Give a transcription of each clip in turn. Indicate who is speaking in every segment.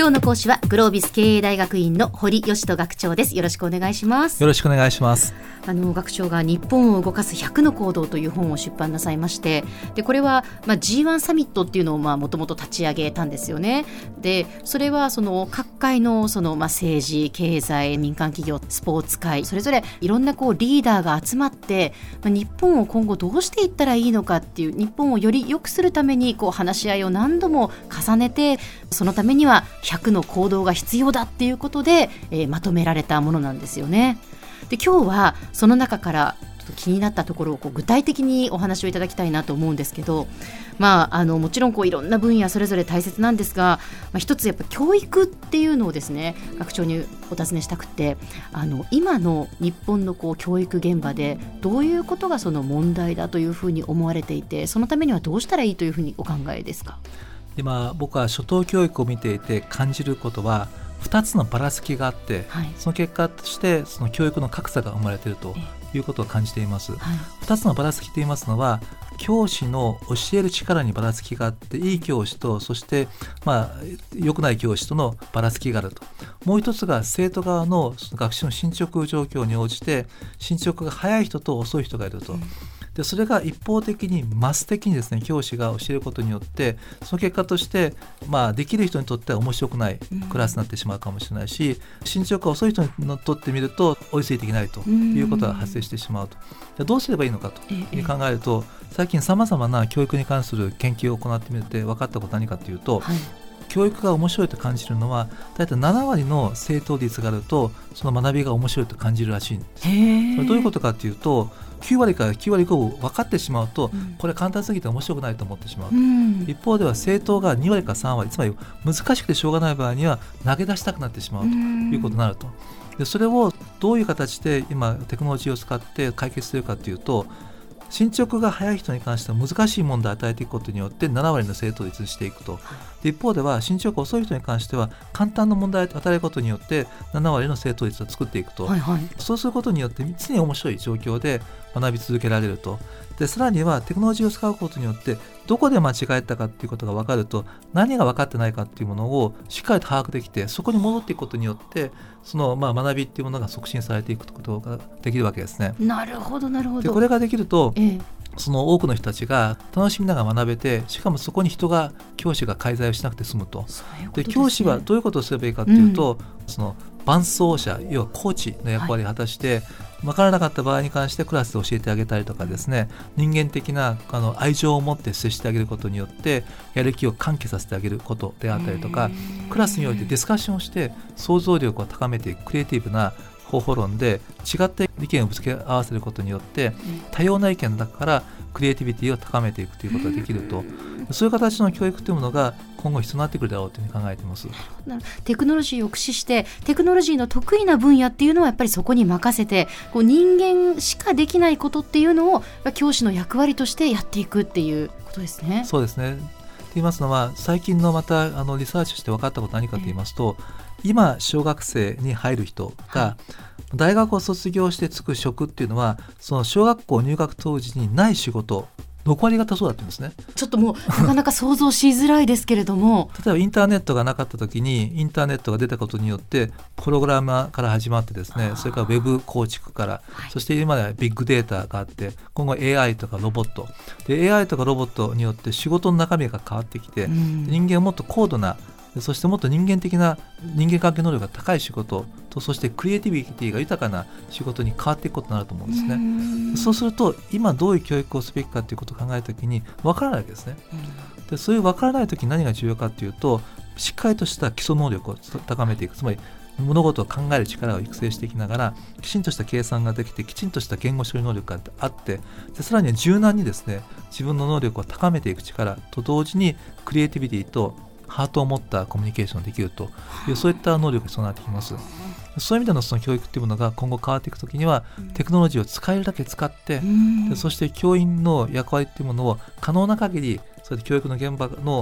Speaker 1: 今日の講師はグロービス経営大学院の堀義人学長です。よろしくお願いします。
Speaker 2: よろしくお願いします。
Speaker 1: 学長が日本を動かす100の行動という本を出版なさいまして、でこれは、G1 サミットっていうのをもともと立ち上げたんですよね。でそれはその各界の政治、経済、民間企業、スポーツ界、それぞれいろんなリーダーが集まって、日本を今後どうしていったらいいのかっていう、日本をより良くするために話し合いを何度も重ねて、そのためには100の行動が必要だっていうことで、まとめられたものなんですよね。で今日はその中からちょっと気になったところを具体的にお話をいただきたいなと思うんですけど、もちろんいろんな分野それぞれ大切なんですが、一つやっぱ教育っていうのをですね、学長にお尋ねしたくて、今の日本の教育現場でどういうことがその問題だというふうに思われていて、そのためにはどうしたらいいというふうにお考えですか？
Speaker 2: 今僕は初等教育を見ていて感じることは、2つのばらつきがあって、その結果としてその教育の格差が生まれているということを感じています。2つのばらつきといいますのは、教師の教える力にばらつきがあって、いい教師とそして良くない教師とのばらつきがあると。もう一つが生徒側の学習の進捗状況に応じて進捗が早い人と遅い人がいると。でそれが一方的にマス的にですね、教師が教えることによって、その結果として、できる人にとっては面白くないクラスになってしまうかもしれないし、進捗が遅い人にとってみると追いついていけないということが発生してしまうと。でどうすればいいのかと考えると、最近さまざまな教育に関する研究を行ってみて分かったことは何かというと、教育が面白いと感じるのは大体7割の正答率があると、その学びが面白いと感じるらしいんです。それどういうことかというと、9割から9割5分分かってしまうと、これ簡単すぎて面白くないと思ってしまう、一方では正答が2割から3割、つまり難しくてしょうがない場合には投げ出したくなってしまうということになると。でそれをどういう形で今テクノロジーを使って解決するかというと、進捗が早い人に関しては難しい問題を与えていくことによって7割の正答率にしていくと。で一方では進捗が遅い人に関しては簡単な問題を与えることによって7割の正答率を作っていくと、そうすることによって常に面白い状況で学び続けられると。でさらにはテクノロジーを使うことによってどこで間違えたかということが分かると、何が分かってないかというものをしっかりと把握できて、そこに戻っていくことによってその学びというものが促進されていくことができるわけですね。
Speaker 1: なるほどなるほど。
Speaker 2: でこれができると、その多くの人たちが楽しみながら学べて、しかもそこに教師が介在をしなくて済むと。で教師はどういうことをすればいいかというと、その伴走者、要はコーチの役割を果たして、分からなかった場合に関してクラスで教えてあげたりとかですね、人間的な愛情を持って接してあげることによってやる気を喚起させてあげることであったりとか、クラスにおいてディスカッションをして想像力を高めていくクリエイティブな方法論で違った意見をぶつけ合わせることによって、多様な意見だからクリエイティビティを高めていくということができると、そういう形の教育というものが今後必要になってくるだろうというふうに考えています。
Speaker 1: テクノロジーを駆使してテクノロジーの得意な分野っていうのはやっぱりそこに任せて、人間しかできないことっていうのを教師の役割としてやっていくっていうことですね。
Speaker 2: そうですね。と言いますのは、最近のまたリサーチして分かったことは何かと言いますと、今小学生に入る人が大学を卒業して就く職っていうのは、その小学校入学当時にない仕事6割方そうだったんですね。
Speaker 1: ちょっともうなかなか想像しづらいですけれども
Speaker 2: 例えばインターネットがなかった時に、インターネットが出たことによってプログラマーから始まってですね、それからウェブ構築から、そして今ではビッグデータがあって、今後 AI とかロボットで AI とかロボットによって仕事の中身が変わってきて、人間はもっと高度な、そしてもっと人間的な人間関係能力が高い仕事と、そしてクリエイティビティが豊かな仕事に変わっていくことになると思うんですね。そうすると今どういう教育をすべきかということを考えるときに分からないわけですね。でそういう分からないときに何が重要かというと、しっかりとした基礎能力を高めていく、つまり物事を考える力を育成していきながら、きちんとした計算ができて、きちんとした言語処理能力があって、でさらに柔軟にですね、自分の能力を高めていく力と同時にクリエイティビティとハートを持ったコミュニケーションができるという、そういった能力が備わってきます。そういう意味でのその教育というものが今後変わっていくときには、テクノロジーを使えるだけ使って、でそして教員の役割というものを可能な限り、それで教育の現場の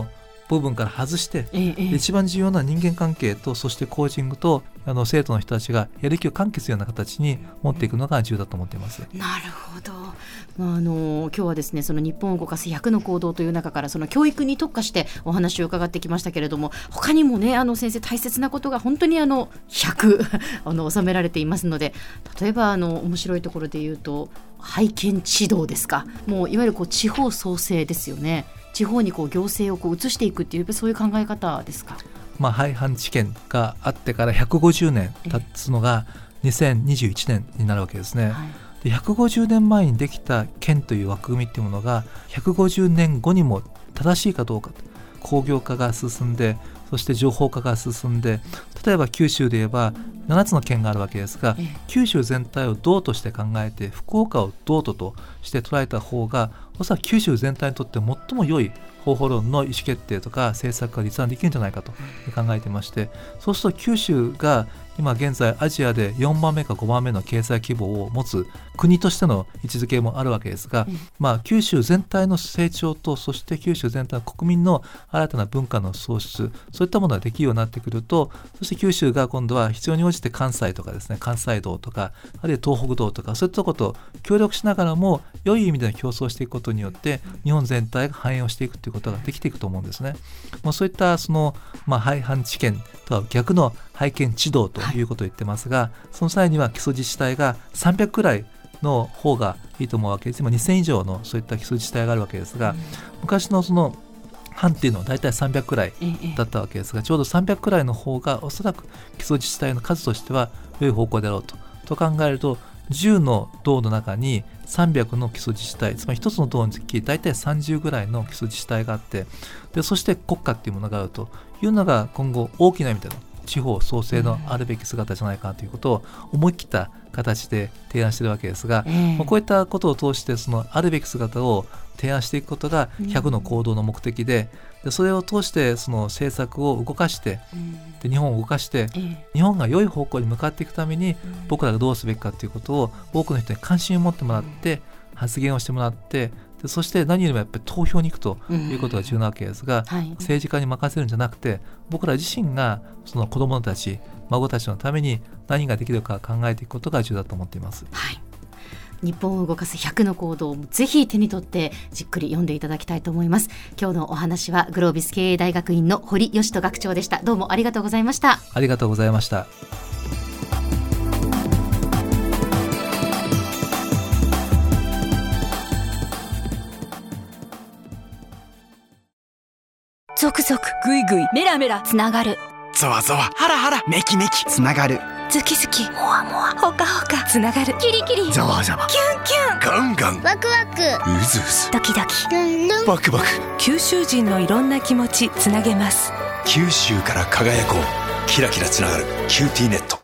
Speaker 2: 部分から外して、一番重要な人間関係とそしてコーチングと生徒の人たちがやる気を喚起するような形に持っていくのが重要だと思っています。
Speaker 1: なるほど。今日はですね、その日本を動かす100の行動という中からその教育に特化してお話を伺ってきましたけれども、他にもね先生大切なことが本当に100収められていますので、例えば面白いところで言うと拝見指導ですか。もういわゆる地方創生ですよね。地方に行政を移していくっていうそういう考え方ですか。
Speaker 2: 廃藩置県があってから150年経つのが2021年になるわけですね。で150年前にできた県という枠組みっていうものが150年後にも正しいかどうか、工業化が進んで、そして情報化が進んで、例えば九州で言えば7つの県があるわけですが、九州全体を道として考えて福岡を道都として捉えた方がおそらく九州全体にとって最も良い方法論の意思決定とか政策が立案できるんじゃないかと考えていまして、そうすると九州が今現在アジアで4番目か5番目の経済規模を持つ国としての位置づけもあるわけですが、九州全体の成長とそして九州全体の国民の新たな文化の創出、そういったものができるようになってくると、そして九州が今度は必要に応じて関西とかですね、関西道とかあるいは東北道とかそういったことを協力しながらも良い意味での競争していくことによって日本全体が繁栄をしていくということができていくと思うんですね。そういった廃藩置県とは逆の拝見指導ということを言ってますが、その際には基礎自治体が300くらいの方がいいと思うわけです。今2000以上のそういった基礎自治体があるわけですが、昔のその藩っていうのは大体300くらいだったわけですが、ちょうど300くらいの方がおそらく基礎自治体の数としては良い方向であろうと考えると、10の道の中に300の基礎自治体、つまり1つの道につき大体30ぐらいの基礎自治体があって、でそして国家っていうものがあるというのが今後大きな意味での地方創生のあるべき姿じゃないかということを思い切った形で提案しているわけですが、こういったことを通してそのあるべき姿を提案していくことが100の行動の目的で、それを通してその政策を動かして、で日本を動かして、日本が良い方向に向かっていくために僕らがどうすべきかということを多くの人に関心を持ってもらって発言をしてもらって、でそして何よりもやっぱり投票に行くということが重要なわけですが、政治家に任せるんじゃなくて僕ら自身がその子どもたち孫たちのために何ができるか考えていくことが重要だと思っています。
Speaker 1: 日本を動かす100の行動をぜひ手に取ってじっくり読んでいただきたいと思います。今日のお話はグロービス経営大学院の堀義人学長でした。どうもありがとうございました。
Speaker 2: ありがとうございました。
Speaker 3: ゾクゾクグイグイメラメラつながる、
Speaker 4: ゾワゾワハラハラメキメキつながる、
Speaker 3: ズキズキモワモワホカホカつながる、キリキリ
Speaker 4: ザワザワ
Speaker 3: キュンキュン
Speaker 4: ガンガン
Speaker 5: ワクワク
Speaker 4: うずうず
Speaker 3: ドキドキ
Speaker 5: ルンルン
Speaker 4: バクバク、
Speaker 3: 九州人のいろんな気持ちつなげます。
Speaker 4: 九州から輝こう、キラキラつながるキューティーネット。